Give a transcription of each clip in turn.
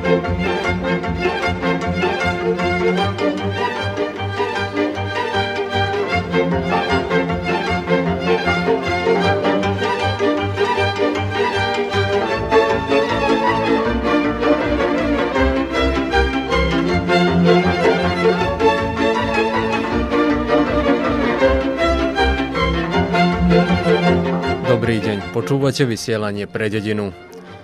Dobrý deň, počúvate vysielanie Pre dedinu.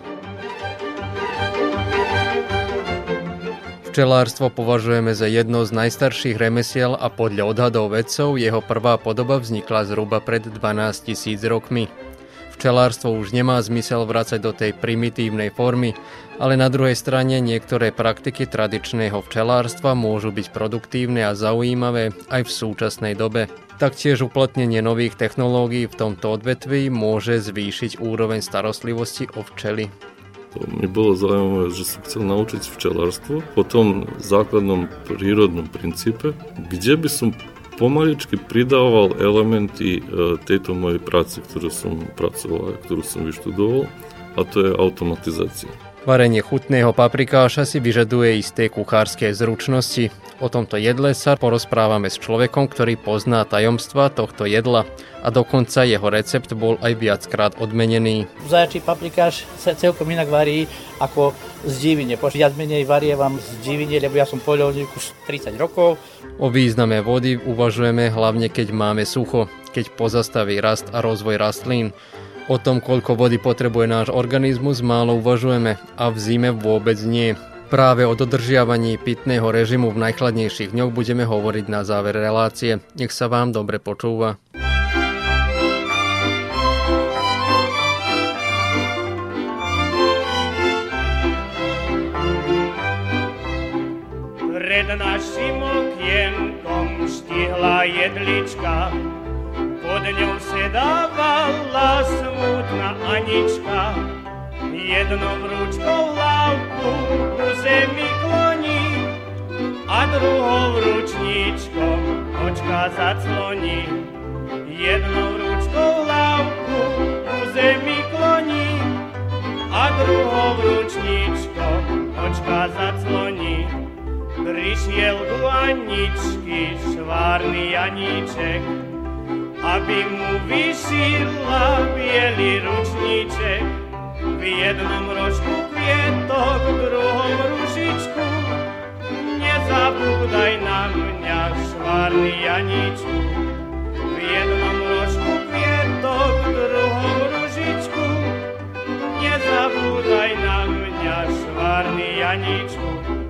Včelárstvo považujeme za jedno z najstarších remesiel a podľa odhadov vedcov jeho prvá podoba vznikla zhruba pred 12 000 rokmi. Včelárstvo už nemá zmysel vracať do tej primitívnej formy, ale na druhej strane niektoré praktiky tradičného včelárstva môžu byť produktívne a zaujímavé aj v súčasnej dobe. Taktiež uplatnenie nových technológií v tomto odvetví môže zvýšiť úroveň starostlivosti o včely. Mne bolo zaujímavé, že som chcel naučiť včelárstvo po tom základnom prírodnom princípe, kde by som pomaličky pridával elementy tejto mojej práce, ktorú som pracoval a ktorú som vyštudoval, a to je automatizácia. Varenie chutného paprikáša si vyžaduje isté kuchárske zručnosti. O tomto jedle sa porozprávame s človekom, ktorý pozná tajomstvá tohto jedla a dokonca jeho recept bol aj viackrát odmenený. Zajačí paprikáš sa celkom inak varí ako z divine. Viac menej varievam z divine, lebo ja som poľovník už 30 rokov. O význame vody uvažujeme hlavne, keď máme sucho, keď pozastaví rast a rozvoj rastlín. O tom, koľko vody potrebuje náš organizmus, málo uvažujeme a v zime vôbec nie. Práve o dodržiavaní pitného režimu v najchladnejších dňoch budeme hovoriť na záver relácie. Nech sa vám dobre počúva. Pred našim okienkom štihla jedlička, pod ňou sedávala smutná Anička. Jednou ručkou lávku ku zemi kloní a druhou ručníčkou očka zacloní. Jednou ručkou lávku ku zemi kloní a druhou ručníčkou očka zacloní. Prišiel ku Aničky švárny Janíček, aby mu vyšila bielý ručníček. V jednom rožku kvietok, v druhom ružičku. Nezabúdaj na mňa, švárny Janíčku. V jednom rožku kvietok, v druhom ružičku. Nezabúdaj na mňa, švárny Janíčku.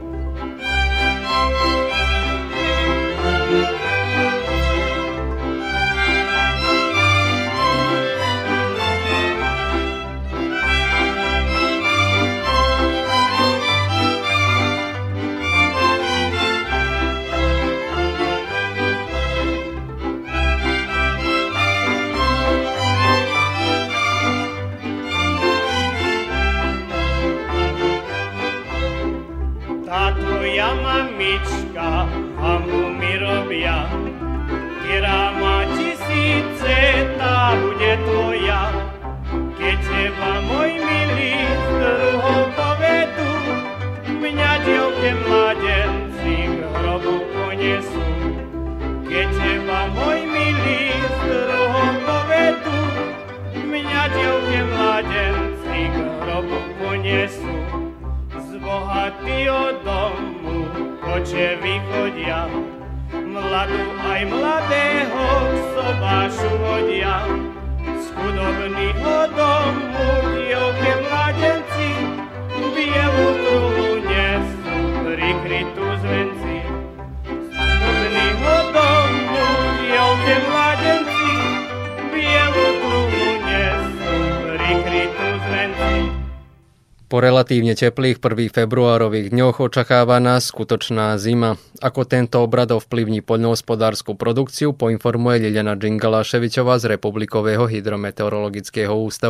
Mamička, hambu mi robia, ktorá má tisíce, tá bude tvoja. Keď teba, môj milý, s druhou povedú, mňa dievke mladenci k hrobu ponesú. Keď teba, môj milý, s druhou povedú, mňa dievke mladenci k hrobu ponesú. Z bohatého domu koče vychodia, mladú aj mladého k sobášu hodia. Z chudobného domu dievke mladenci bielu truhlu nesú, prikrytú zvenci. Z chudobného domu dievke mladenci bielu truhlu nesú, prikrytú zvenci. Po relatívne teplých 1. februárových dňoch očakáva nás skutočná zima. Ako tento obrad ovplyvní poľnohospodársku produkciu, poinformuje Liliana Džingala-Ševičová z Republikového hydrometeorologického ústavu.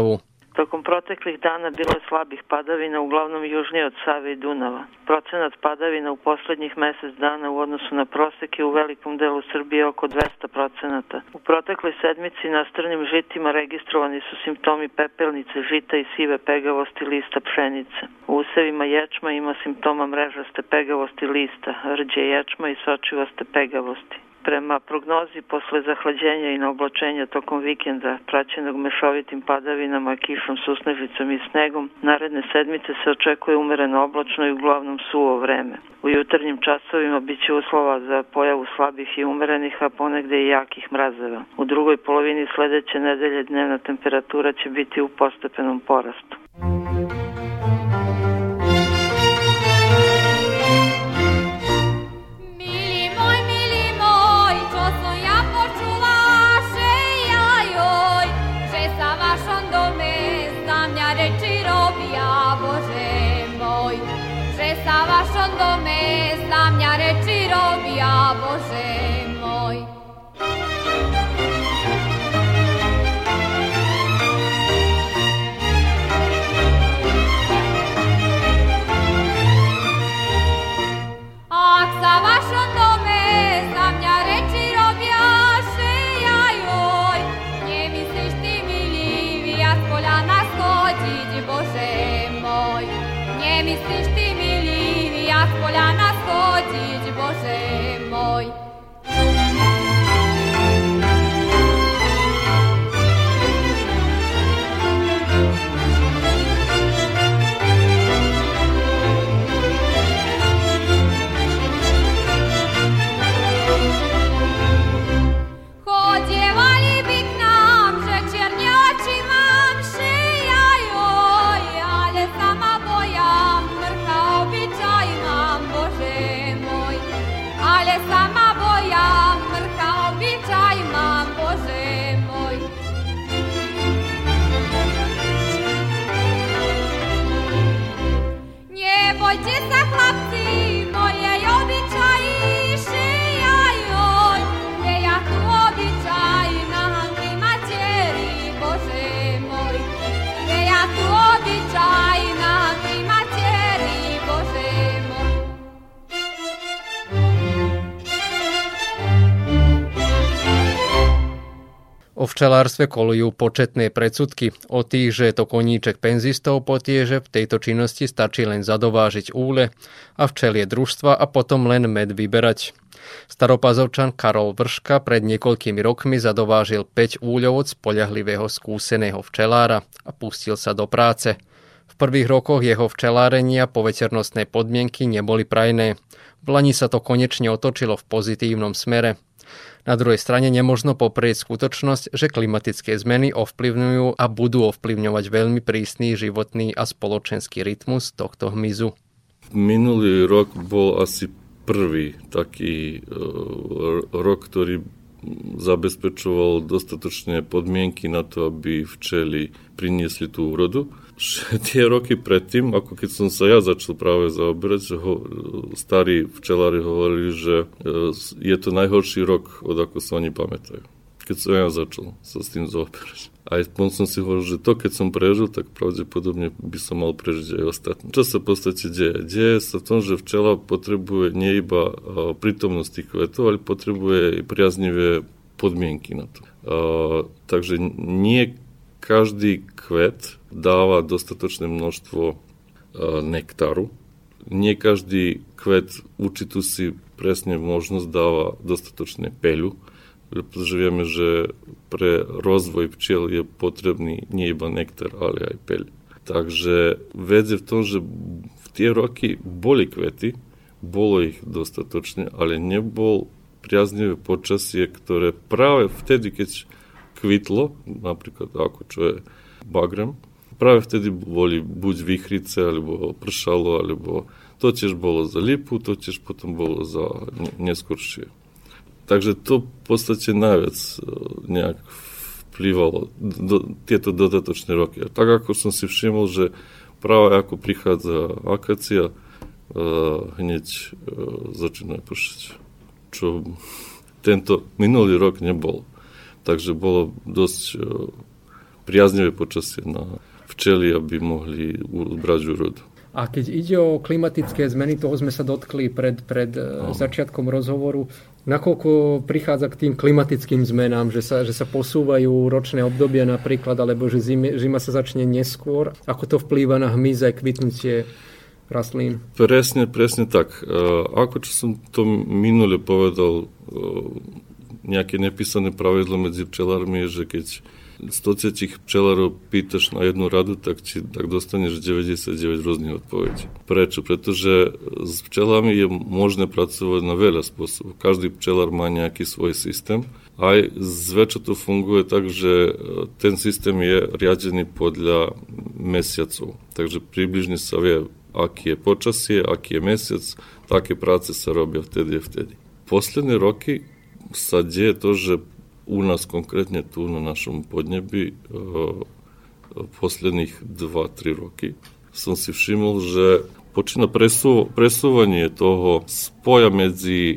Tokom proteklih dana bilo je slabih padavina, uglavnom južnije od Save i Dunava. Procenat padavina u posljednjih mjesec dana u odnosu na prosek je u velikom delu Srbije oko 200%. U protekloj sedmici na strnim žitima registrovani su simptomi pepelnice, žita i sive pegavosti lista pšenice. U usevima ječma ima simptoma mrežaste pegavosti lista, rđe ječma i sočivaste pegavosti. Prema prognozi, posle zahlađenja i naoblačenja tokom vikenda, praćenog mešovitim padavinama, kišom, susnežicom i snegom, naredne sedmice se očekuje umereno oblačno i uglavnom suvo vreme. U jutarnjim časovima bit će uslova za pojavu slabih i umerenih, a ponegde i jakih mrazeva. U drugoj polovini sledeće nedelje dnevna temperatura će biti u postepenom porastu. Sa vašom dome znam ja reči robija, Bože moj. Ak sa vašom dome znam ja reči robija, joj, nie misliš ti mili, vija s poljana schodit, Bože moj. Nie misliš ti ja s poljana schodit, Bože moj. Hodjevali bi k nam, že černje oči mam, še joj, ale sama bojam, mrka običaj mam, Bože moj. Ale sama bojam, mrka običaj mam, Bože moj. Nie bojte sa, chlapci, mojej običaji, še joj, je ja tu običaj na hanky materi, Bože moj. Je ja tu običaj na hanky materi, Bože moj. O včelárstve kolujú početné predsudky. O tých, že je to koníček penzistov, po tie, že v tejto činnosti stačí len zadovážiť úle a včelie družstva a potom len med vyberať. Staropazovčan Karol Vrška pred niekoľkými rokmi zadovážil 5 úľov od spoľahlivého skúseného včelára a pustil sa do práce. V prvých rokoch jeho včelárenia poveternostné podmienky neboli prajné. V lani sa to konečne otočilo v pozitívnom smere. Na druhej strane nemožno poprieť skutočnosť, že klimatické zmeny ovplyvňujú a budú ovplyvňovať veľmi prísny životný a spoločenský rytmus tohto hmyzu. Minulý rok bol asi prvý taký rok, ktorý zabezpečoval dostatočné podmienky na to, aby včely priniesli tú úrodu. Tie roky predtým, ako keď som sa ja začal práve zaoberať, že starí včelári hovorili, že je to najhorší rok, od ako sa oni pamätajú. Keď som ja začal sa s tým zaoberať. A potom som si hovoril, že to, keď som prežil, tak pravdepodobne by som mal prežiť aj ostatné. Čo sa v podstate deje? Deje sa v tom, že včela potrebuje nie iba prítomnosť tých kvetov, ale potrebuje priaznivé podmienky na to. Takže nie každý kvet dáva dostatočné množstvo nektaru. Nie každý kvet určitú si presne možnosť dáva dostatočné peľu, pretože vieme, že pre rozvoj včiel je potrebný nie iba nektar, ale aj peľ. Takže vec je v tom, že v tie roky boli kvety, bolo ich dostatočne, ale nebol priaznivé počasie, ktoré práve vtedy, keď kvitlo, napríklad ako čo je bagrem, práve vtedy boli buď výchrice, alebo pršalo, alebo to tiež bolo za lipu, to tiež potom bolo za neskoršie. Takže to v podstate najviac nejak vplyvalo tieto dodatočné roky. A tak ako som si všimol, že práve ako prichádza akácia, hneď začína pršať. Čo tento minulý rok nebol. Takže bolo dosť priaznivé počasie na včeli, aby mohli brať úrodu. A keď ide o klimatické zmeny, toho sme sa dotkli pred začiatkom rozhovoru. Nakoľko prichádza k tým klimatickým zmenám, že sa posúvajú ročné obdobia napríklad, alebo že zima sa začne neskôr? Ako to vplýva na hmyz aj kvitnutie rastlín? Presne tak. Ako čo som to minule povedal, nejaké nepísané pravidlo medzi pčelármi je, že keď 100 pčelárov pýtaš na jednu radu, tak dostaneš 99 rôznych odpovedí. Prečo? Pretože s pčelami je možné pracovať na veľa spôsobov. Každý pčelár má nejaký svoj systém. Aj zväčša to funguje tak, že ten systém je riadený podľa mesiacov. Takže približne sa vie, aký je počasie, aký je mesiac, také práce sa robia vtedy a vtedy. Posledné roky sa deje to, že u nás konkrétne tu na našom podnebi posledných 2-3 roky som si všimol, že počína presúvanie toho spoja medzi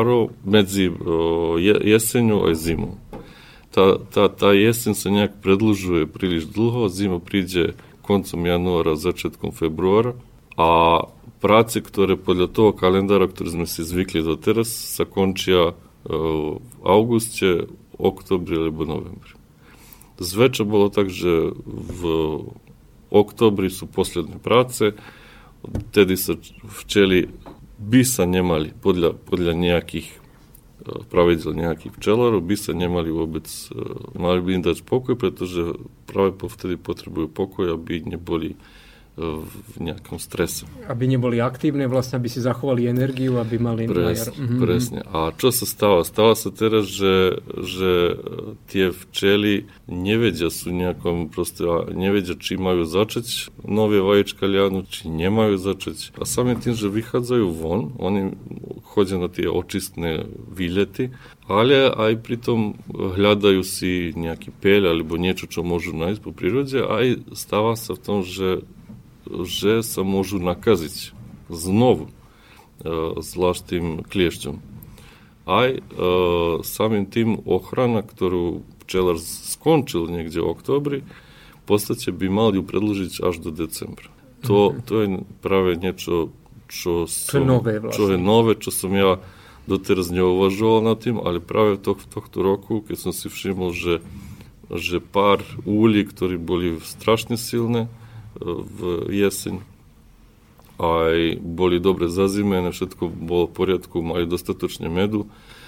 jeseňou a zimou. Tá jeseň sa nejak predĺžuje príliš dlho, zima príde koncom januára, začiatkom februára a práce, ktoré podľa toho kalendára, ktorý sme si zvykli doteraz, sa končia v auguste, oktobri alebo novembri. Zväčša bolo tak, že v oktobri sú posledné práce, vtedy sa včeli by sa nemali, podľa nejakých pravidel nejakých včelárov, by sa nemali vôbec, mali by im dať pokoj, pretože práve vtedy potrebujú pokoj, aby neboli v nejakom strese. Aby neboli aktívne, vlastne aby si zachovali energiu, aby mali... Presne. A čo sa stáva? Stáva sa teraz, že tie včely nevedia, nevedia, či majú začať nové vajíčka ľahnuť, či nemajú začať. A samým tým, že vychádzajú von, oni chodia na tie očistné výlety, ale aj pritom hľadajú si nejaký peľ alebo niečo, čo môžu nájsť po prírode. Aj stáva sa v tom, že sa môžu nakaziť znovu zvlášť tým kliešťom. Aj samým tým ochrana, ktorú včelár skončil niekde v októbri, v podstate by mal ju predĺžiť až do decembra. To je práve niečo, čo je nové, čo som ja doteraz neuvažoval nad tým, ale práve tohto roku, keď som si všimol, že pár úlí, ktorí boli strašne silné v jeseň, aj boli dobre zazimené, všetko bolo v poriadku, mali dostatočne medu.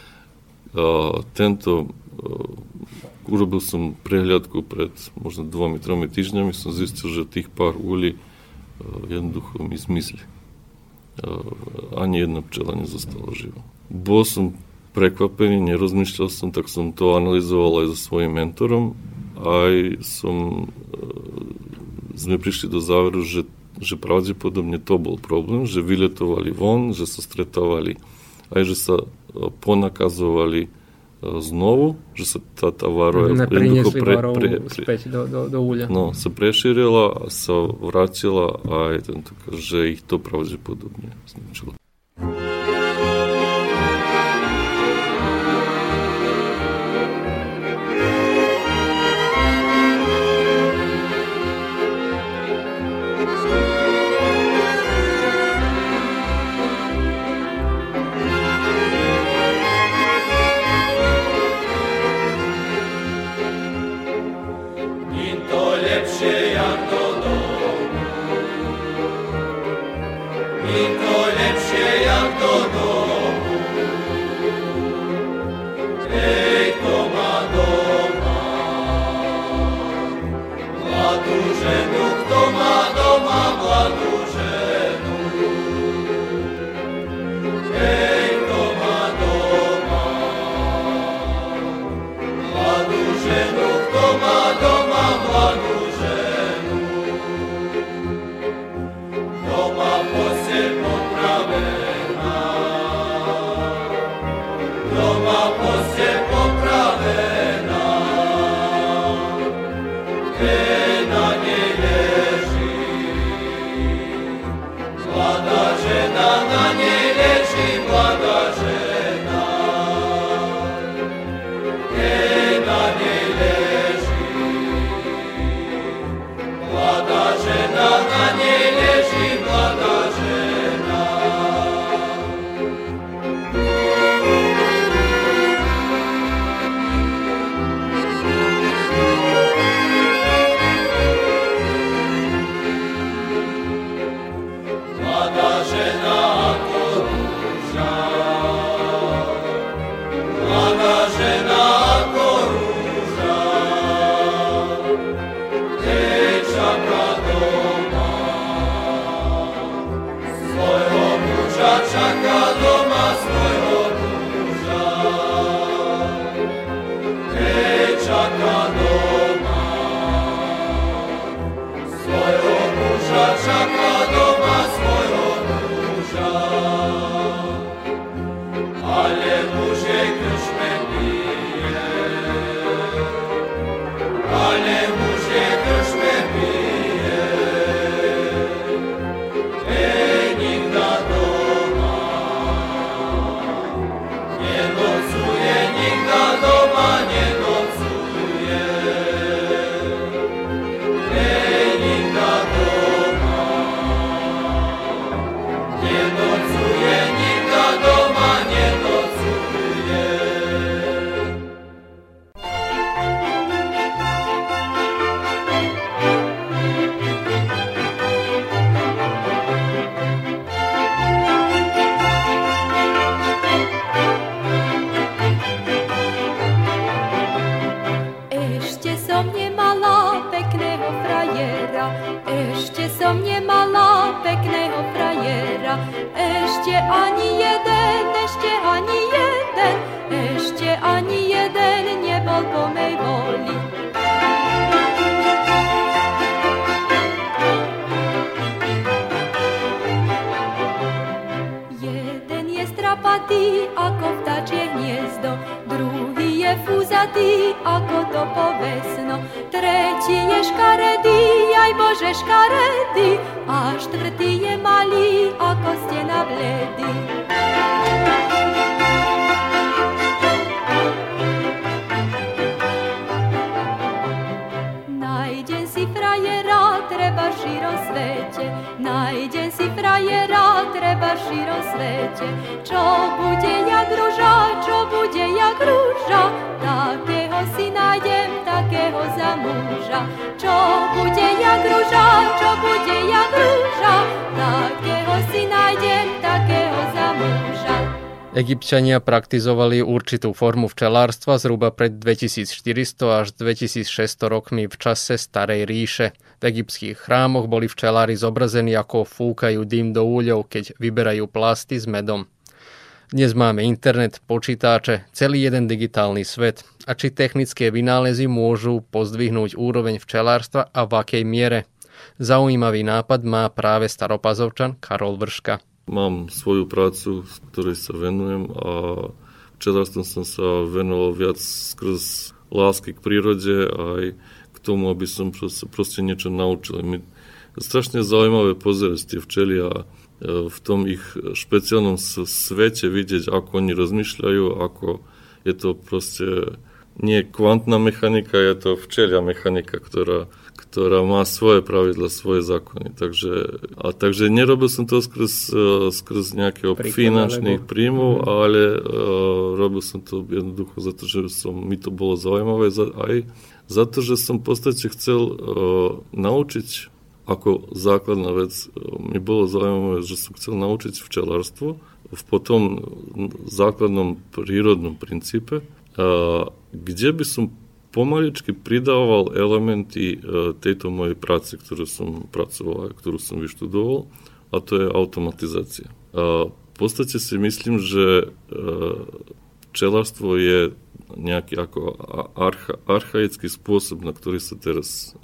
Urobil som prehliadku pred možno 2-3 týždňami, som zistil, že tých pár úlí jednoducho mi zmizli. Ani jedna pčela nezostala živa. Bol som prekvapený, nerozmýšľal som, tak som to analyzoval aj so svojím mentorom. Sme prišli do záveru, že pravdepodobne to bol problém, že vyletovali von, že sa stretávali, aj že sa ponakazovali znovu, že sa tá varoja priniesli varov späť do úľa. No, sa prešírila a sa vrátila a že ich to pravdepodobne zničilo. Mlada Egypťania praktizovali určitú formu včelárstva zhruba pred 2400 až 2600 rokmi v čase Starej ríše. V egyptských chrámoch boli včelári zobrazení, ako fúkajú dym do úľov, keď vyberajú plasty s medom. Dnes máme internet, počítače, celý jeden digitálny svet. A či technické vynálezy môžu pozdvihnúť úroveň včelárstva a v akej miere? Zaujímavý nápad má práve Staropazovčan Karol Vrška. Mám svoju prácu, ktorej sa venujem a včelárstvom som sa venoval viac skrz lásky k prírode aj k tomu, aby som proste niečo naučil. Mi strašne zaujímavé pozerať tie včely a v tom ich špeciálnom svete vidieť, ako oni rozmýšľajú, ako je to proste nie kvantná mechanika, je to včelia mechanika, ktorá má svoje pravidla, svoje zákony. Takže nerobil som to skrz nejakého finančných príjmov, ale robil som to jednoducho za to, že mi to bolo zaujímavé, aj za to, že som v podstate chcel naučiť ako základná vec. Mi bolo zaujímavé, že som chcel naučiť včelárstvo v potom základnom prírodnom princípe, kde by som pomaličky pridával elementy tejto mojej práce, ktorú som pracoval a ktorú som vyštudoval, a to je automatizácia. V podstate si myslím, že včelárstvo je nejaký ako archaický spôsob, na ktorý sa teraz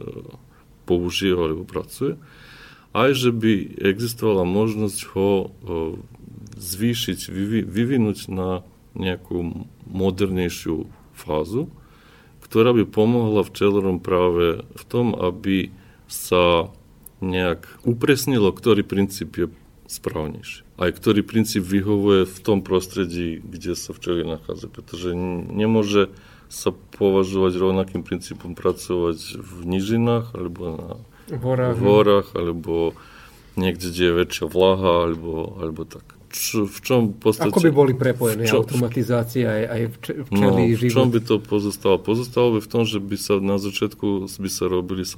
používa alebo pracuje, aj že by existovala možnosť ho zvýšiť, vyvinúť na nejakú modernejšiu fázu, ktorá by pomohla včelárom práve v tom, aby sa nejak upresnilo, ktorý princíp je správnejší. Aj ktorý princíp vyhovuje v tom prostredí, kde sa včely nachádza. Pretože nemôže sa považovať rovnakým princípom pracovať v nížinách alebo na horách alebo niekde, kde je väčšia vlaha, alebo tak. V čom podstate... Ako by boli prepojené automatizácie aj včelí život? V čom by to pozostalo? Pozostalo by v tom, že by sa na začiatku by sa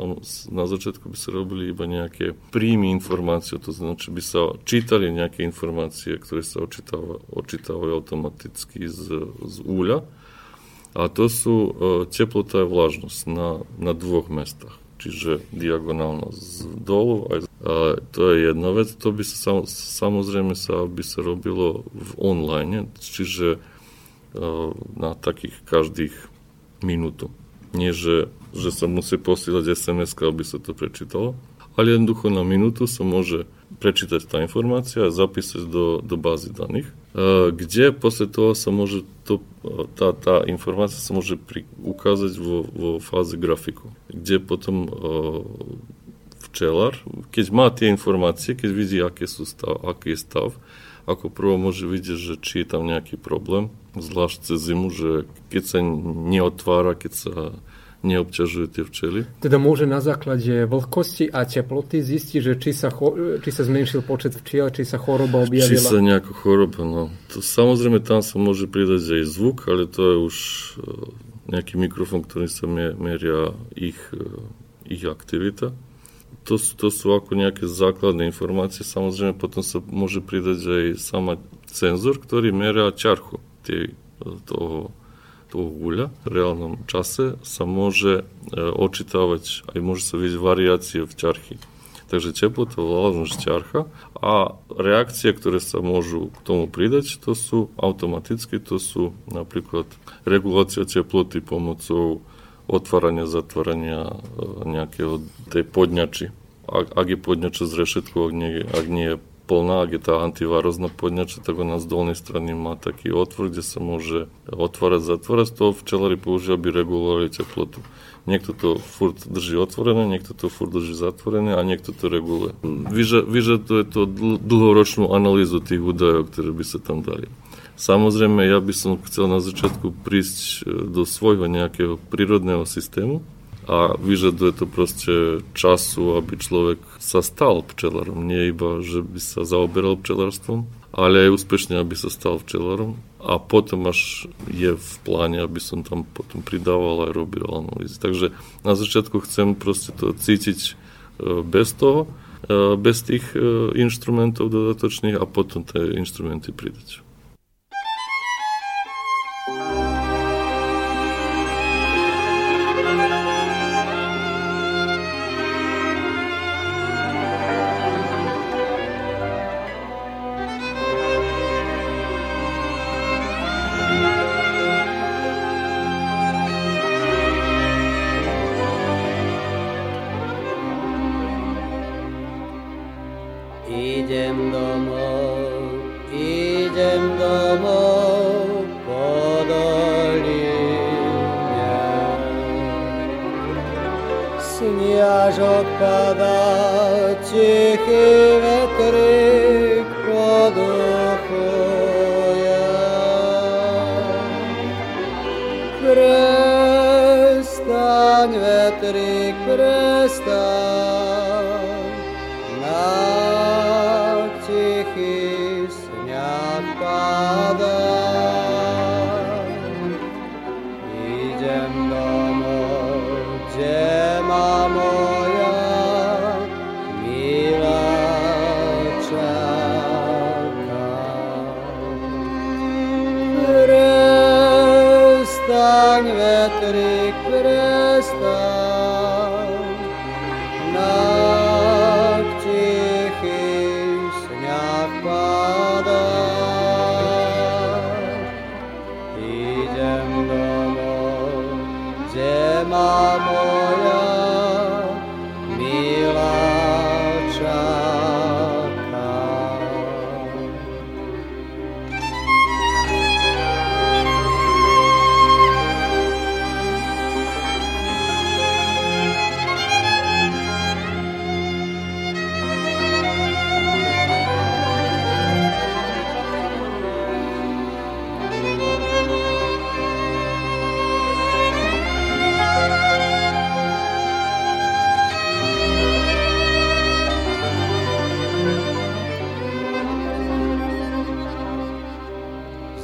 robili iba nejaké príjmy informácie, to znamená, že by sa čítali nejaké informácie, ktoré sa očítavajú automaticky z úľa. A to sú teplota a vlažnosť na dvoch mestách. Čiže diagonálno z dolu. To je jedna vec. To by sa samozrejme by sa robilo v online, čiže na takých každých minútu. Nie, že sa musí posielať SMS-ka, aby sa to prečítalo, ale jednoducho na minútu sa môže prečítať tá informácia a zapísať do bázy daných, kde posle toho sa môže tá informácia sa môže ukázať vo fáze grafiku, kde potom včelár, keď má tie informácie, keď vidí, aký je stav, ako prvo môže vidieť, že či je tam nejaký problém, zvlášť cez zimu, že keď sa neotvára, keď sa neobťažujú tie včely. Teda môže na základe vlhkosti a teploty zistiť, že či sa zmenšil počet včiel, či sa choroba objavila. Či sa nejaká choroba, no. To, samozrejme, tam sa môže pridať aj zvuk, ale to je už nejaký mikrofón, ktorý sa meria ich aktivita. To sú ako nejaké základné informácie. Samozrejme, potom sa môže pridať aj sama senzor, ktorý meria ťarchu toho úľa v reálnom čase sa môže očítavať, aj môže sa vidieť variácie v ťarchy. Takže teplota, vlažnosť, ťarcha a reakcie, ktoré sa môžu k tomu pridať, to sú automaticky, to sú napríklad regulácia teploty pomocou otvárania, zatvárania nejakého tej podňači. Ak je podňača z rešetkou, ak nie je plná, ak je tá antivározná podňača, tak ona z dolnej strany má taký otvor, kde sa môže otvárať, zatvárať. Z toho včelári používajú, aby regulovali teplotu. Niekto to furt drží otvorené, niekto to furt drží zatvorené a niekto to reguluje. Vyžaduje to dlhoročnú analýzu tých údajov, ktoré by sa tam dali. Samozrejme, ja by som chcel na začiatku prísť do svojho nejakého prírodného systému a vyžaduje to proste času, aby človek sa stal včelárom. Nie iba, že by sa zaoberal včelárstvom, ale aj úspešne, aby sa stal včelárom. A potom až je v pláne, aby som tam potom pridával aj robil analýzy. Takže na začiatku chcem proste to cítiť bez toho, bez tých inštrumentov dodatočných a potom tie inštrumenty pridať. Idem domov po doline. Sniažok padá, tichý vetrík poduchuje. Prestaň, vetrík, prestaň, tichý sňah padá. Idem domov, kde ma moja milá čaká. Prestaň, vetrík, prestaň, tichý sňah padá.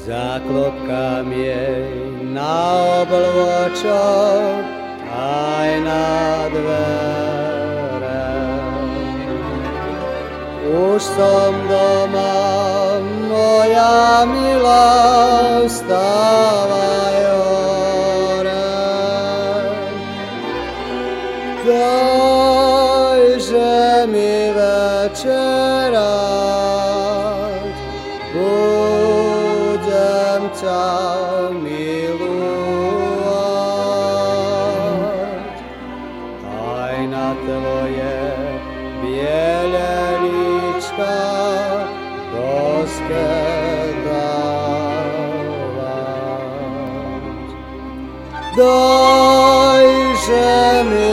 Zaklopkám jej na obločok aj na dvere. Už som doma, moja milá, vstávaj hore. Dajže mi večerať, budem ťa milovať. Aj na tvoje biele líčka poskedávať. Dajže mi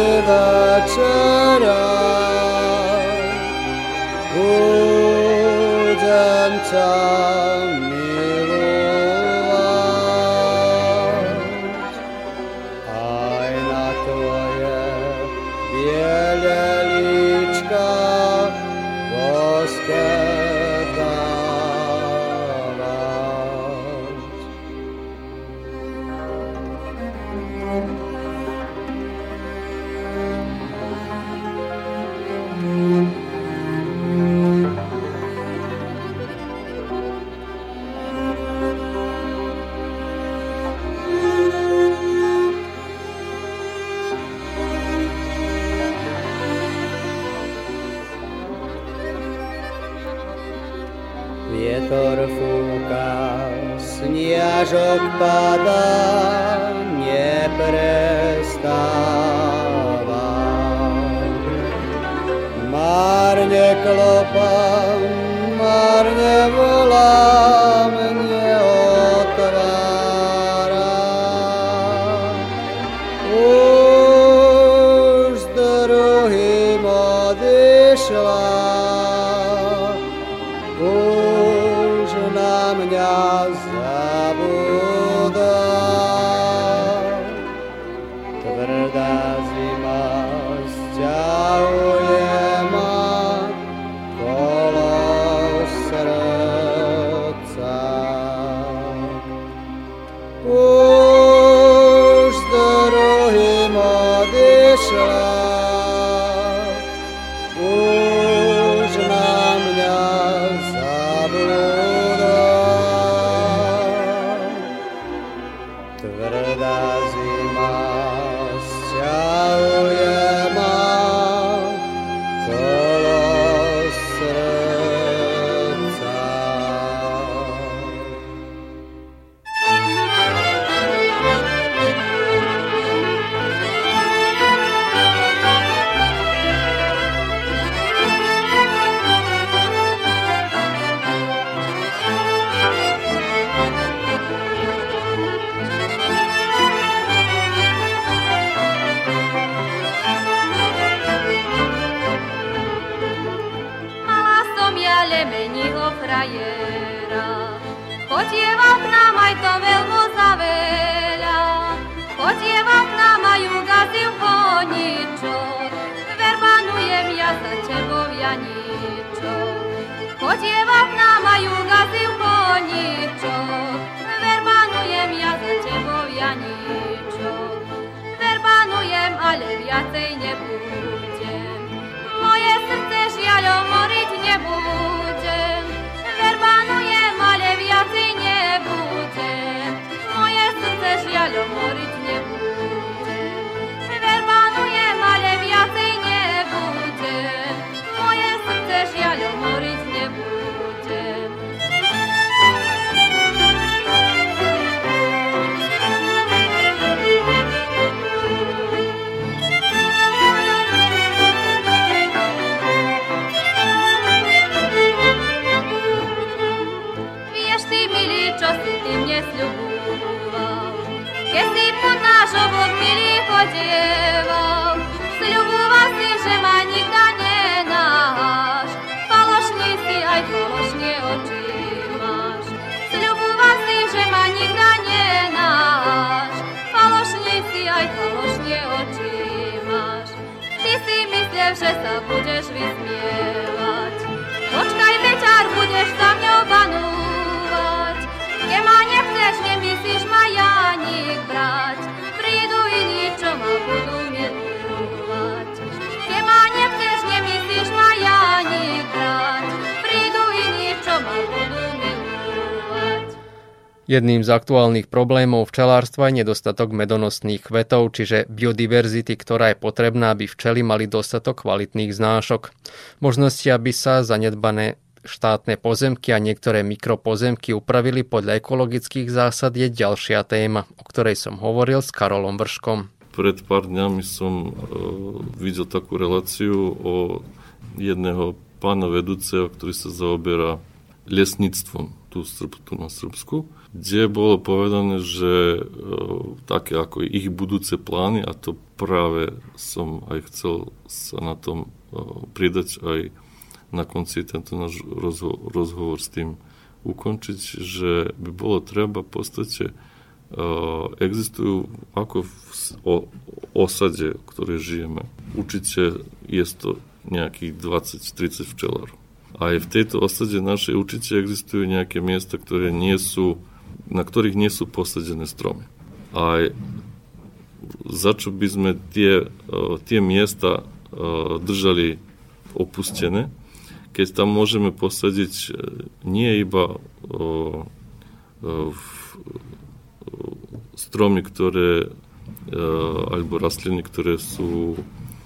večerať, budem ťa milovať. Aj na tvoje biele líčka poskedávať. Vietor fúka, sniažok padá, neprestáva. Márne klopám, márne volám, neotvára. Už s druhým odišla, už na mňa zabudla. Tvrdá zima sťahuje ma kolo srdca. Už s druhým odišla, už na mňa zabudla. Tvrdá zima sťahuje ma kolo srdca. Mala som ja lemeního frajera, chodieval k nám aj to veľmi zaveľa. Chodieval k nám aj ugazil koničok, verbanujem ja za tebou, Janičok. Chodieval k nám aj ugazil koničok, verbanujem ja za tebou, Janičok. Verbanujem, ale viacej nebudem, moje srdce žiaľom moriť nebudem. Verbanujem, ale viacej nebudem, moje srdce žiaľom moriť nebudem. Verbanujem, ale viacej nebudem, moje srdce žiaľom moriť nebudem. Vieš ty, milý, čo si ty mne sľuboval, keď si pod náš obok, milý, chodieval. Sľuboval si, že ma nikda nenáš, falošný si aj falošne oči máš. Sľuboval si, že ma nikda nenáš, falošný si aj falošne oči máš. Ty si myslel, že sa budeš vysmievať, počkaj, beťar, budeš za mňou banúvať. Keď ma budu milovať. Jedným z aktuálnych problémov včelárstva je nedostatok medonosných kvetov, čiže biodiverzity, ktorá je potrebná, aby včely mali dostatok kvalitných znášok. Možnosti, aby sa zanedbané štátne pozemky a niektoré mikropozemky upravili podľa ekologických zásad, je ďalšia téma, o ktorej som hovoril s Karolom Vrškom. Pred pár dňami som videl takú reláciu o jedného pána vedúceho, ktorý sa zaoberá lesníctvom tu na Srbsku, kde bolo povedané, že také ako ich budúce plány, a to práve som aj chcel sa na tom pridať aj na konci tento náš rozhovor s tým ukončiť, že by bolo treba v podstate existujú ako v osade, v ktorej žijeme. Určite je to nejakých 20-30 včelárov. Aj v tejto osade našej určite existujú nejaké miesta, na ktorých nie sú posadené stromy. Aj za čo by sme tie miesta držali opustené, keď tam môžeme posadiť nie iba stromy, alebo rastliny, ktoré sú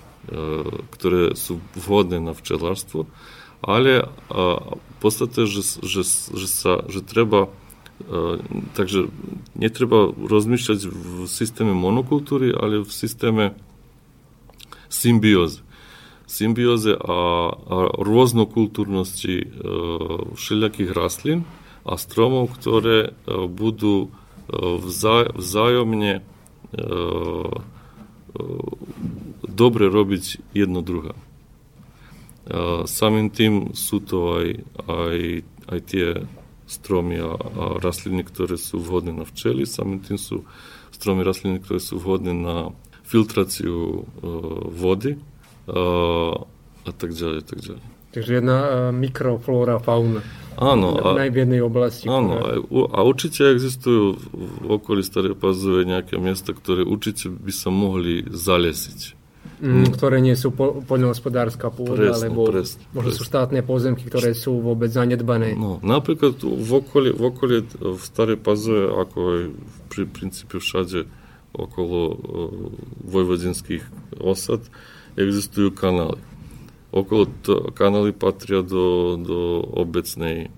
vhodné na včelárstvo, ale v podstate, že treba, takže netreba rozmýšľať v systéme monokultúry, ale v systéme symbiózy a rôznokultúrnosti všelijakých rastlín a stromov, ktoré budú vzájomne dobre robiť jedno druhé. Samým tým sú to aj tie stromy a rastliny, ktoré sú vhodné na včely, samým tým sú stromy a rastliny, ktoré sú vhodné na filtráciu vody, a tak ďalej, tak ďalej. Takže jedna mikroflóra, fauna. Áno. V jednej oblasti. Áno, a určite existujú v okolí Starej Pazove nejaké miesta, ktoré určite by sa mohli zalesiť. Ktoré nie sú poľnohospodárska pôda, alebo možno sú štátne pozemky, ktoré sú vôbec zanedbané. No, napríklad v okolí v Starej Pazove, ako aj pri princípe všade okolo vojvodinských osad, existujú kanály. Kanály patria do obecnej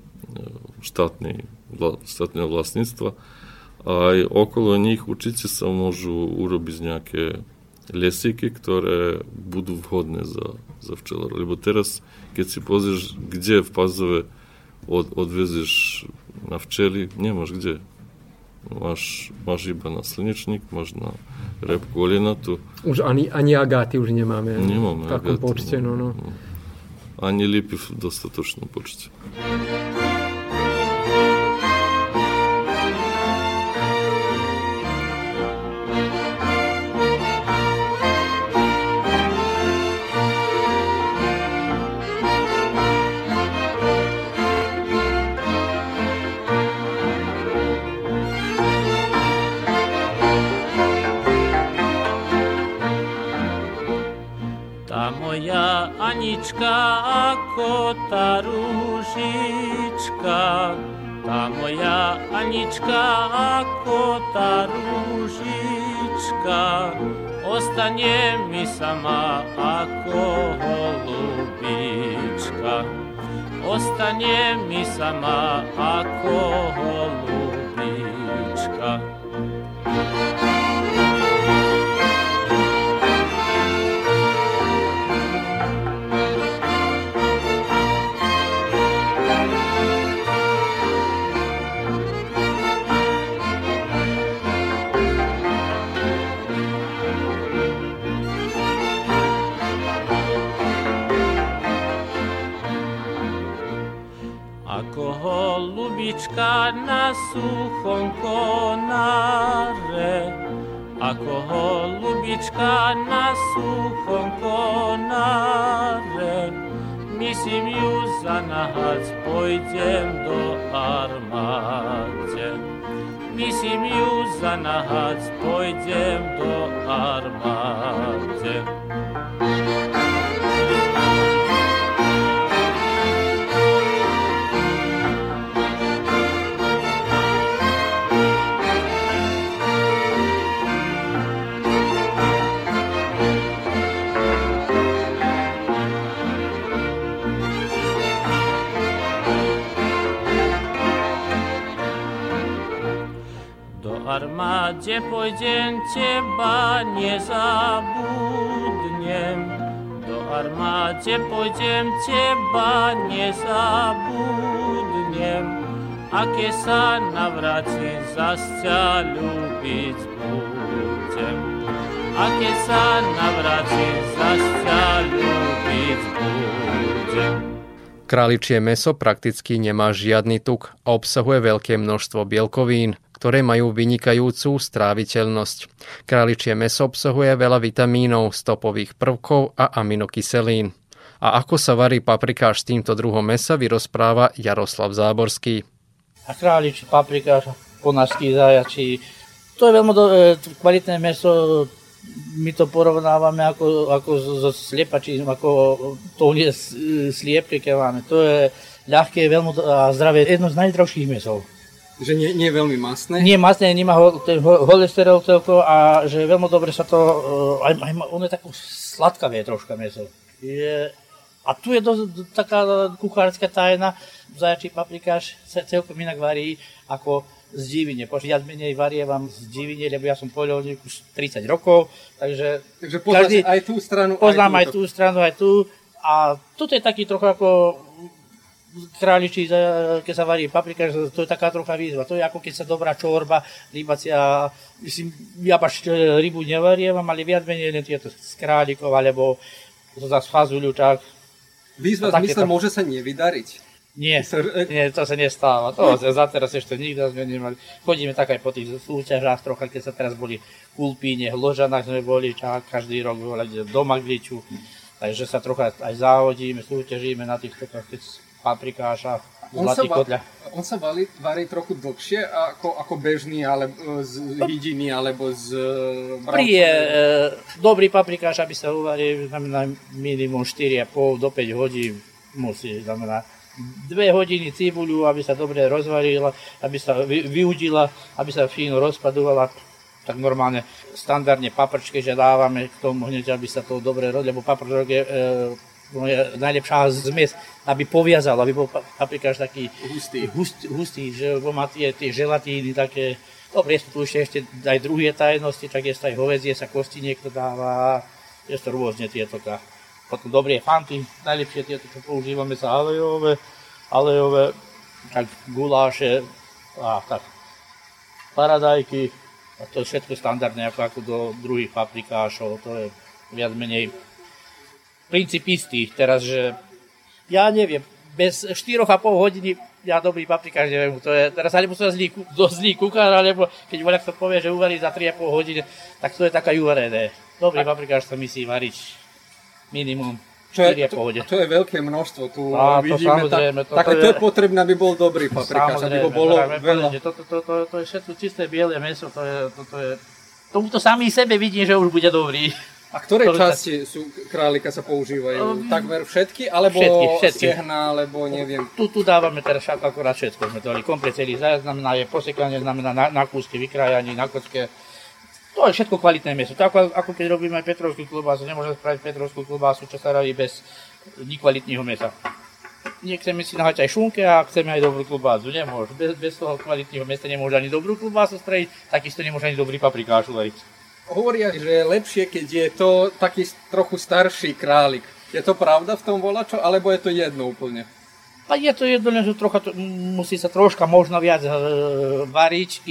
štátneho vlastníctva a aj okolo nich určite sa môžu urobiť nejaké lesíky, ktoré budú vhodné za včelárov. Lebo teraz, keď si pozrieš, kde v Pazove odvezieš na včely, nemáš kde. Máš iba na slnečník, máš na repku olenatu. Už ani agáty už nemáme. Nemáme v takom počte, no. Ani lípy v dostatočnom počte. Anička, ako tá rúžička, tá moja Anička, ako tá rúžička, ostane mi sama ako holubička, ostane mi sama ako holubička. Ako holubička na suchom konáre, ako holubička na suchom konáre, myslím ju zanahať, pôjdem do armáde. Myslím ju zanahať, pôjdem do armáde. armáde pôjdem, teba nezabudnem. Do armáde pôjdem, teba nezabudnem. A keď sa navrátim, zas ťa ľúbiť budem. A keď sa navrátim, zas ťa ľúbiť budem. Králičie mäso prakticky nemá žiadny tuk a obsahuje veľké množstvo bielkovín, ktoré majú vynikajúcu stráviteľnosť. Králičie mäso obsahuje veľa vitamínov, stopových prvkov a aminokyselín. A ako sa varí paprikáš s týmto druhom mäsa, vyrozpráva Jaroslav Záborský. A králičí, paprikáš, ponažský, zajačí, to je veľmi kvalitné mäso. My to porovnávame ako so sliepačím, ako to nie sliepke, keď máme. To je ľahké, veľmi zdravé, jedno z najzdravších mäsov. Že nie je veľmi masné? Nie je masné, nemá cholesterol celko a že veľmi dobre sa to, ono je takú sladkavé troška mäso. A tu je taká kuchárska tajna, zajačí paprikáš sa celkom inak varí ako z Divine. Ja menej varievam z Divine, lebo ja som poľovník už 30 rokov, takže poznáš aj tú stranu, poznám aj tú stranu, aj tú. A toto je taký trochu ako králičí, keď sa varí paprika, to je taká trocha výzva. To je ako keď sa dobrá čorba, rybacia, myslím, ja rybu nevarievam, ale viac menej len tieto z králikov, alebo zase fazuľu, tak. Výzva v zmysle môže sa nevydariť? Nie, to sa nestáva. To za teraz ešte nikdy sme nemali. Chodíme tak aj po tých súťažách trocha, keď sa teraz boli v Kulpíne, v Ložanách sme boli, každý rok do Magliču. Takže sa trocha aj závodíme, súťažíme na týchto paprikášach, zlatých kodľach. On sa varí trochu dlhšie ako bežný, alebo z hydiny, alebo z dobrý paprikáš, aby sa uvaril, znamená minimum 4,5 do 5 hodín musí, znamená 2 hodiny cibuľu, aby sa dobre rozvarila, aby sa vyudila, aby sa fíno rozpadovala. Tak normálne, standardne paprčke, že dávame k tomu hneď, aby sa to dobre rodilo, lebo paprčok je najlepšia zmes, aby poviazal, aby bol paprikáš taký hustý, že má tie želatíny také. Dobre, je tu ešte aj druhé tajnosti, tak je aj hoväzie, sa kosti niekto dáva, je to rôzne tieto. Potom dobré fanty, najlepšie tieto, čo používame, sa alejové, tak guláše a tak paradajky. A to je všetko standardné, ako do druhých paprikášov, to je viac menej princíp istý. Teraz, že ja neviem, bez 4,5 hodiny ja dobrý paprikáš neviem, to je, teraz alebo som zlý kuchár, alebo keď voľak to povie, že uvarí za 3,5 hodiny, tak to je taká uvarené. Dobrý paprikáš sa myslí variť minimum 4,5 hodiny. To je veľké množstvo, tu vidíme, to je potrebné, aby bol dobrý paprikáš, aby ho bolo veľa. To je všetko čisté biele mäso, tomuto sami sebe vidím, že už bude dobrý. A ktoré časti králika sa používajú? Takmer všetky? Alebo všetky. Stehna, alebo neviem? Tu dávame teraz akorát všetko. Sme to dali komplet celý zájazd, znamená je posekanie, znamená na kúsky, vykrájanie, na kocke. To je všetko kvalitné mäso. Tak ako keď robíme aj petrovskú klobásu, nemôžeme spraviť petrovskú klobásu, čo sa robí bez nekvalitného mäsa. Nechceme si nahať aj šunke a chceme aj dobrú klobásu. Nemôže. Bez toho kvalitného mäsa nemôže ani dobrú klobásu spraviť, takisto nemôže ani dobrý paprikáš uvariť. Hovoria, že je lepšie, keď je to taký trochu starší králik. Je to pravda v tom volačo, alebo je to jedno úplne? A je to jedno, že musí sa troška možno viac variť,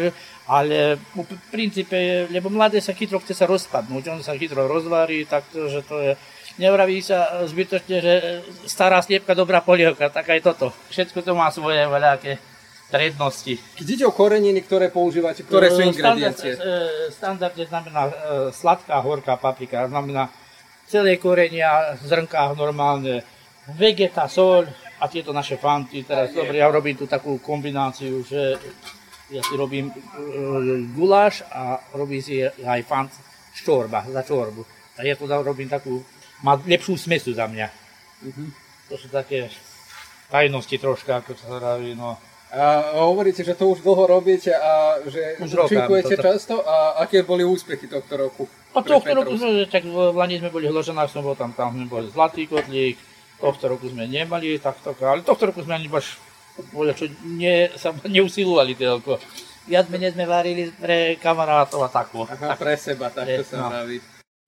ale v princípe, lebo mladé sa chytro chce sa rozpadnúť, on sa chytro rozvarí, takže to je, nevraví sa zbytočne, že stará sliepka, dobrá polievka, tak aj toto. Všetko to má svoje veľaké prednosti. Keď ide o koreniny, ktoré používate, ktoré sú ingrediencie? Standardne znamená sladká, horká paprika, znamená celé korenia, zrnká normálne, vegeta, soľ a tieto naše fanty. Teraz dobre, ja robím tu takú kombináciu, že ja si robím guláš a robím si aj fant šťorba, za čorbu. A ja tu robím takú, má lepšiu smesu za mňa. To sú také tajnosti troška, ako sa robí, no. A hovoríte, že to už dlho robíte a že účinkujete často a aké boli úspechy tohto roku? A tohto roku sme, tak v Lani sme boli v Ložanách, tam sme boli Zlatý kotlík, tohto roku sme nemali takto, ale tohto roku sme ani sa neusilovali toľko. viac menej sme varili pre kamarátov a takú. Aha, pre seba, takto sa vraví.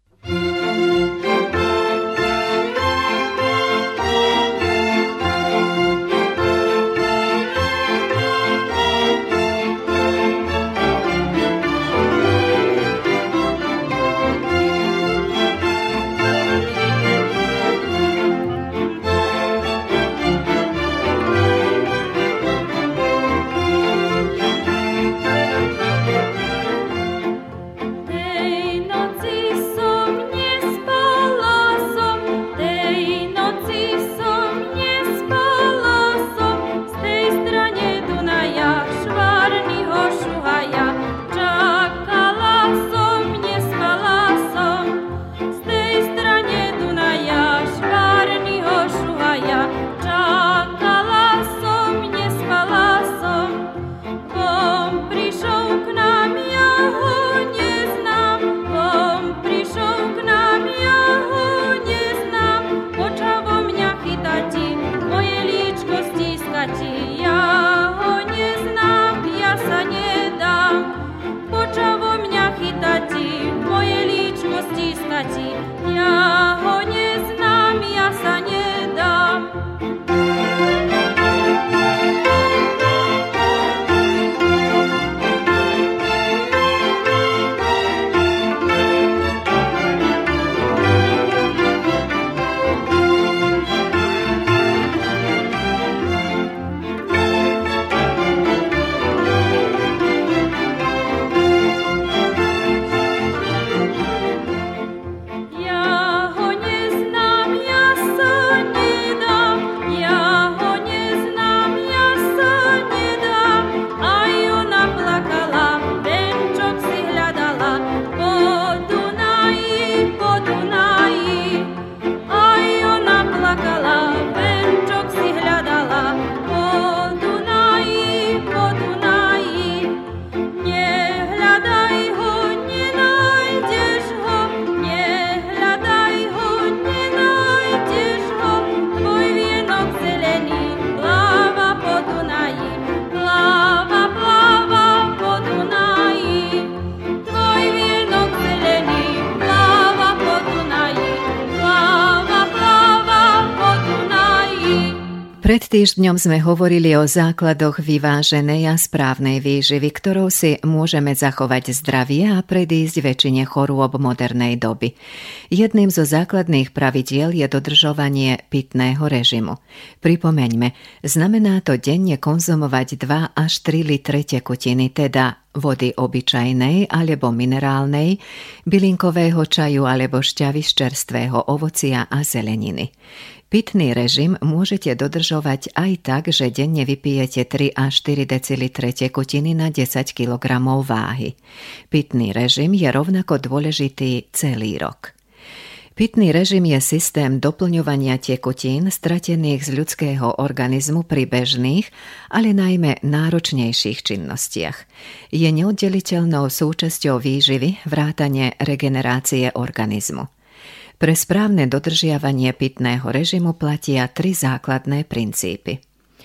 Pred týždňom sme hovorili o základoch vyváženej a správnej výživy, ktorou si môžeme zachovať zdravie a predísť väčšine chorôb modernej doby. Jedným zo základných pravidiel je dodržovanie pitného režimu. Pripomeňme, znamená to denne konzumovať 2 až 3 litre tekutiny, teda vody obyčajnej alebo minerálnej, bylinkového čaju alebo šťavy z čerstvého ovocia a zeleniny. Pitný režim môžete dodržovať aj tak, že denne vypijete 3 až 4 decilitre tekutiny na 10 kg váhy. Pitný režim je rovnako dôležitý celý rok. Pitný režim je systém doplňovania tekutín stratených z ľudského organizmu pri bežných, ale najmä náročnejších činnostiach. Je neoddeliteľnou súčasťou výživy vrátane regenerácie organizmu. Pre správne dodržiavanie pitného režimu platia 3 základné princípy.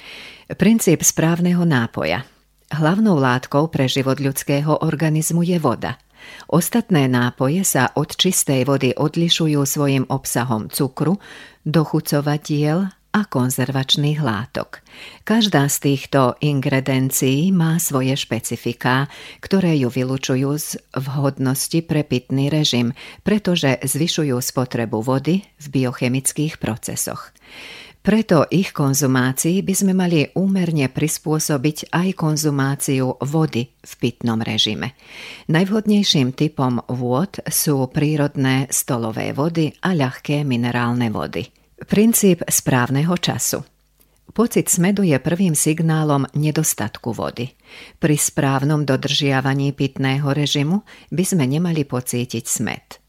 Princíp správneho nápoja. Hlavnou látkou pre život ľudského organizmu je voda. Ostatné nápoje sa od čistej vody odlišujú svojim obsahom cukru, dochucovatiel a konzervačných látok. Každá z týchto ingredencií má svoje špecifiká, ktoré ju vylučujú z vhodnosti pre pitný režim, pretože zvyšujú spotrebu vody v biochemických procesoch. Preto ich konzumácii by sme mali úmerne prispôsobiť aj konzumáciu vody v pitnom režime. Najvhodnejším typom vôd sú prírodné stolové vody a ľahké minerálne vody. Princíp správneho času. Pocit smädu je prvým signálom nedostatku vody. Pri správnom dodržiavaní pitného režimu by sme nemali pocítiť smäd.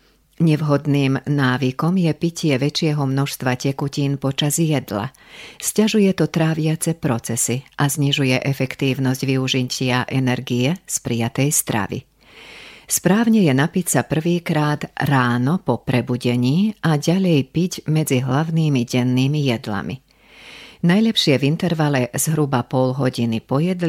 Nevhodným návykom je pitie väčšieho množstva tekutín počas jedla. Sťažuje to tráviace procesy a znižuje efektívnosť využitia energie z prijatej stravy. Správne je napiť sa prvýkrát ráno po prebudení a ďalej piť medzi hlavnými dennými jedlami. Najlepšie v intervale zhruba pol hodiny po jedle a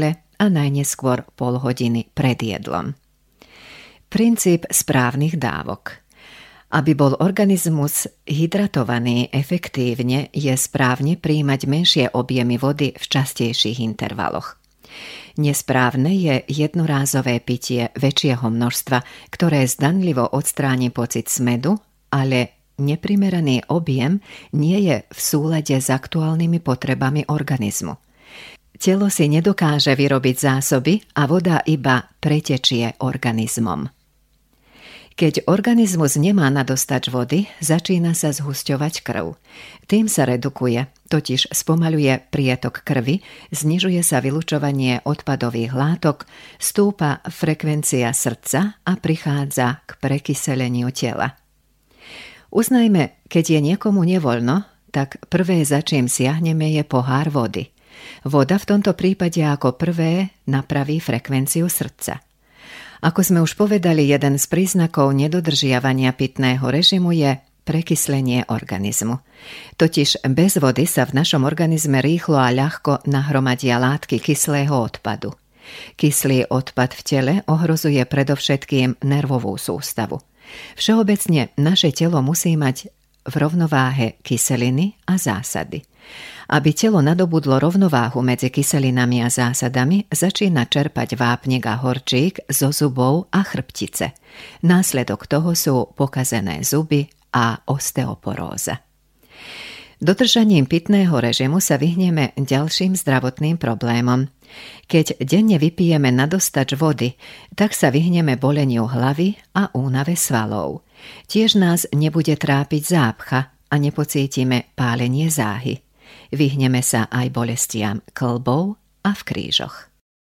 a najneskôr pol hodiny pred jedlom. Princíp správnych dávok. Aby bol organizmus hydratovaný efektívne, je správne prijímať menšie objemy vody v častejších intervaloch. Nesprávne je jednorázové pitie väčšieho množstva, ktoré zdanlivo odstráni pocit smädu, ale neprimeraný objem nie je v súlade s aktuálnymi potrebami organizmu. Telo si nedokáže vyrobiť zásoby a voda iba pretečie organizmom. Keď organizmus nemá na dostač vody, začína sa zhusťovať krv. Tým sa redukuje, totiž spomaľuje prietok krvi, znižuje sa vylučovanie odpadových látok, stúpa frekvencia srdca a prichádza k prekyseleniu tela. Uznajme, keď je niekomu nevoľno, tak prvé, za čím siahneme, je pohár vody. Voda v tomto prípade ako prvé napraví frekvenciu srdca. Ako sme už povedali, jeden z príznakov nedodržiavania pitného režimu je prekyslenie organizmu. Totiž bez vody sa v našom organizme rýchlo a ľahko nahromadia látky kyslého odpadu. Kyslý odpad v tele ohrozuje predovšetkým nervovú sústavu. Všeobecne naše telo musí mať v rovnováhe kyseliny a zásady. Aby telo nadobudlo rovnováhu medzi kyselinami a zásadami, začína čerpať vápnik a horčík zo zubov a chrbtice. Následok toho sú pokazené zuby a osteoporóza. Dodržaním pitného režimu sa vyhneme ďalším zdravotným problémom. Keď denne vypijeme nadostač vody, tak sa vyhneme boleniu hlavy a únave svalov. Tiež nás nebude trápiť zápcha a nepocítime pálenie záhy. Vyhneme sa aj bolestiam kĺbov a v krížoch.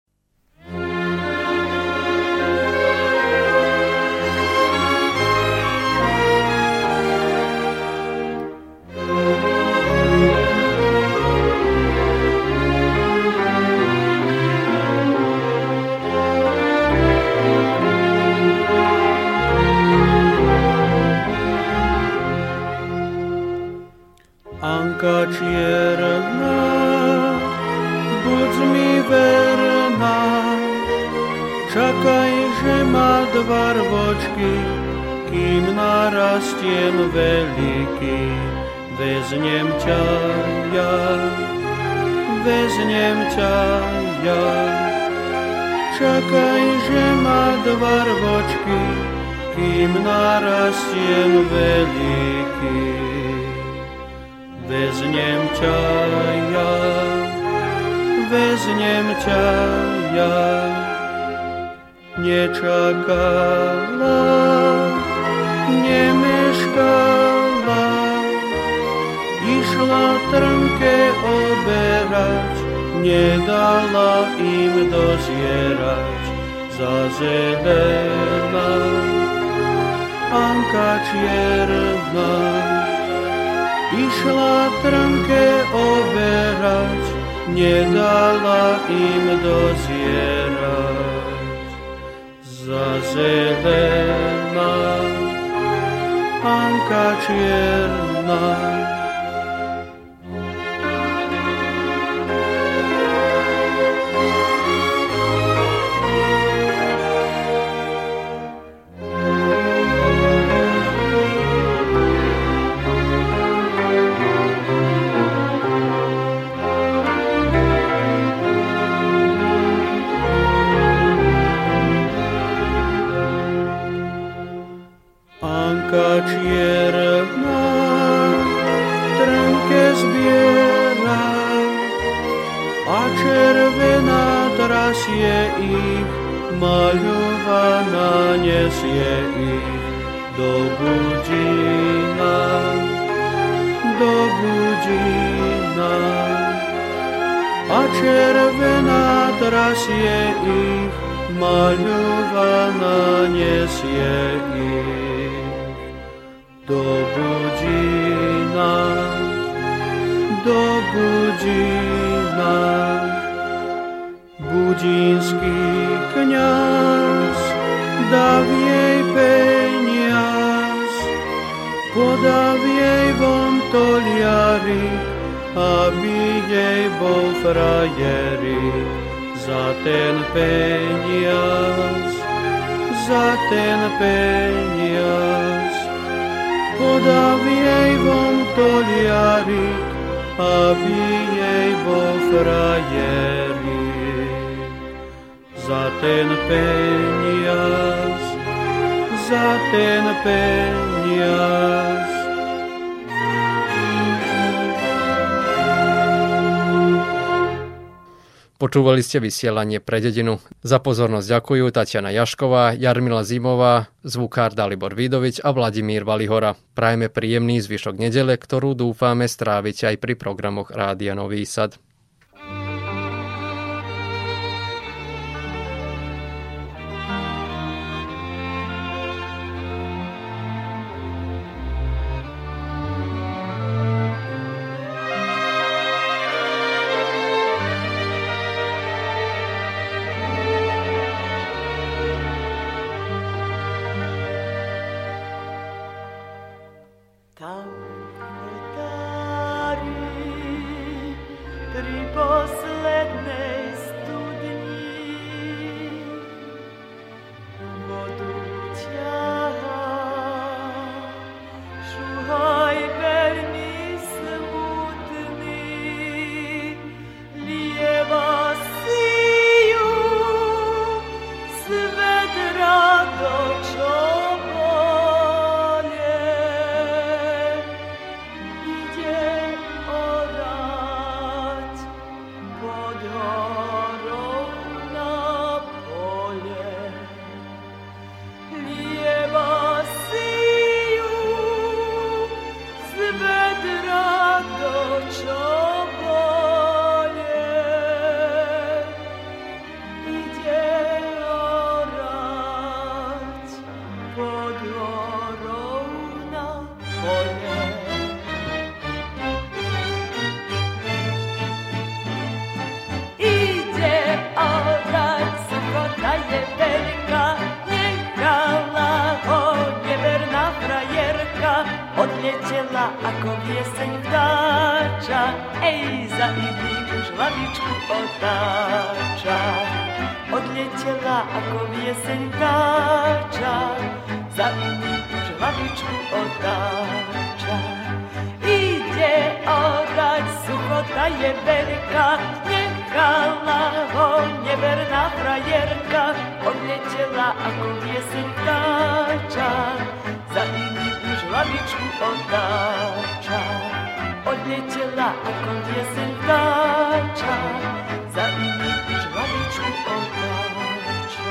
Anka čierna, buď mi verná, čakaj, že ma dvarvočky, kým narastiem veľký, veznem ťa ja. Čakaj, že ma dvarvočky, kým narastiem veľký. Veznem ťa ja, nečakala, nemeškala, išla trnke oberať, nedala im dozierať, zazelená, Anka čierna. Išla trnke oberať, nedala im dozierať. Zazelená, Anka čierna. Čierna, trnke zbiera a červená trasie ich, maľovaná nesie ich do budína. A červená trasie ich, maľovaná nesie ich do budína. Budínsky kňaz dav jej peniaz, podav jej von toliarik, aby jej bol frajerik, za ten peniaz. Podav jej vom toliarik, aby jej bol frajerik. Za ten peniaz. Počúvali ste vysielanie pre dedinu. Za pozornosť ďakujú Tatiana Jašková, Jarmila Zimová, zvukár Dalibor Vidovič a Vladimír Valihora. Prajeme príjemný zvyšok nedele, ktorú dúfame stráviť aj pri programoch Rádia Nový Sad. Odletela ako vieseň vtáča, za iným už hlavičku otáča. Odletela ako vieseň vtáča, za iným už hlavičku otáča. Ide orať, suchota je veľká, nechala ho neverná frajerka. Odletela ako vieseň vtáča, za iným už hlavičku otáča. Odletela ako vieseň vtáča, za iným už hlavičku otáča.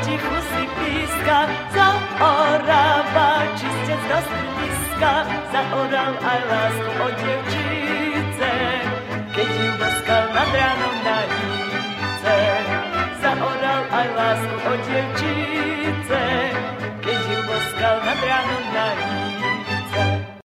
potichu si píska, zaoráva čistec do strniska, zaoral aj lásku od dievčice, keď ju bez